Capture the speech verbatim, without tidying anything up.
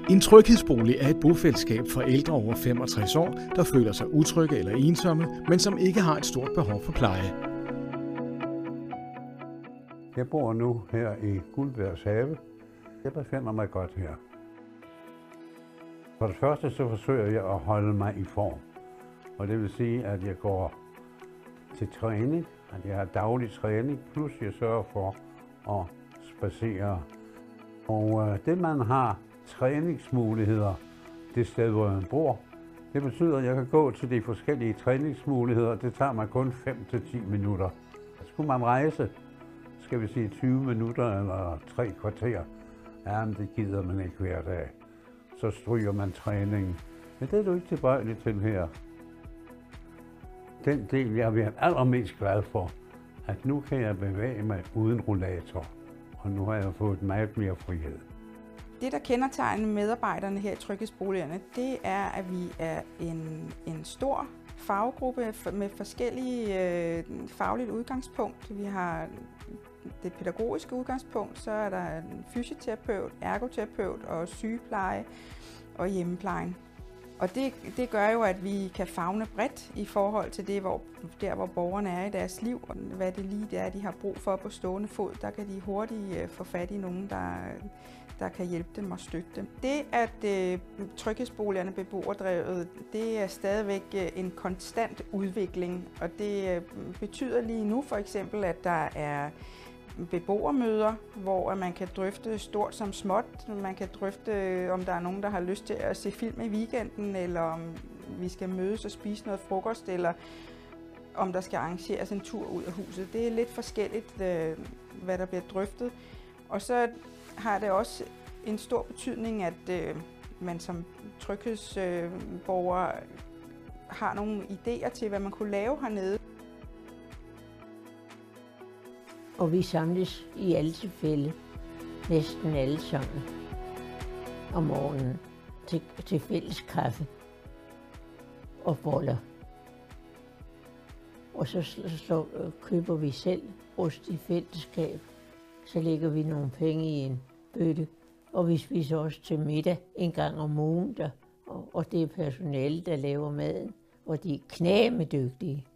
En tryghedsbolig er et bofællesskab for ældre over femogtres år, der føler sig utrygge eller ensomme, men som ikke har et stort behov for pleje. Jeg bor nu her i Guldbergs Have. Jeg befinder mig godt her. For det første så forsøger jeg at holde mig i form. Og det vil sige, at jeg går til træning, at jeg har daglig træning, plus jeg sørger for at spacere. Og øh, det man har træningsmuligheder, det sted hvor man bor, det betyder, at jeg kan gå til de forskellige træningsmuligheder. Det tager mig kun fem til ti minutter. Skulle man rejse, skal vi sige tyve minutter eller tre kvarter, jamen det gider man ikke hver dag. Så stryger man træningen. Men det er du ikke tilbøjelig til her. Den del, jeg har været allermest glad for, at nu kan jeg bevæge mig uden rollator. Og nu har jeg fået meget mere frihed. Det, der kendetegner medarbejderne her i tryghedsboligerne, det er, at vi er en, en stor faggruppe med forskellige øh, fagligt udgangspunkt. Vi har det pædagogiske udgangspunkt, så er der en fysioterapeut, ergoterapeut og sygepleje og hjemmeplejen. Og det, det gør jo, at vi kan favne bredt i forhold til det, hvor, der, hvor borgerne er i deres liv, og hvad det lige er, de har brug for på stående fod. Der kan de hurtigt få fat i nogen, der, der kan hjælpe dem og støtte dem. Det, at øh, tryghedsboligerne er beboerdrevet, det er stadigvæk en konstant udvikling, og det øh, betyder lige nu for eksempel, at der er beboermøder, hvor man kan drøfte stort som småt. Man kan drøfte, om der er nogen, der har lyst til at se film i weekenden, eller om vi skal mødes og spise noget frokost, eller om der skal arrangeres en tur ud af huset. Det er lidt forskelligt, hvad der bliver drøftet. Og så har det også en stor betydning, at man som tryghedsborger har nogle idéer til, hvad man kunne lave hernede. Og vi samles i alle tilfælde, næsten alle sammen, om morgenen til, til fælles kaffe og boller. Og så, så køber vi selv ost i fællesskab. Så lægger vi nogle penge i en bøtte, og vi spiser også til middag en gang om ugen, der, og, og det er personale, der laver maden, og de er knæmedygtige.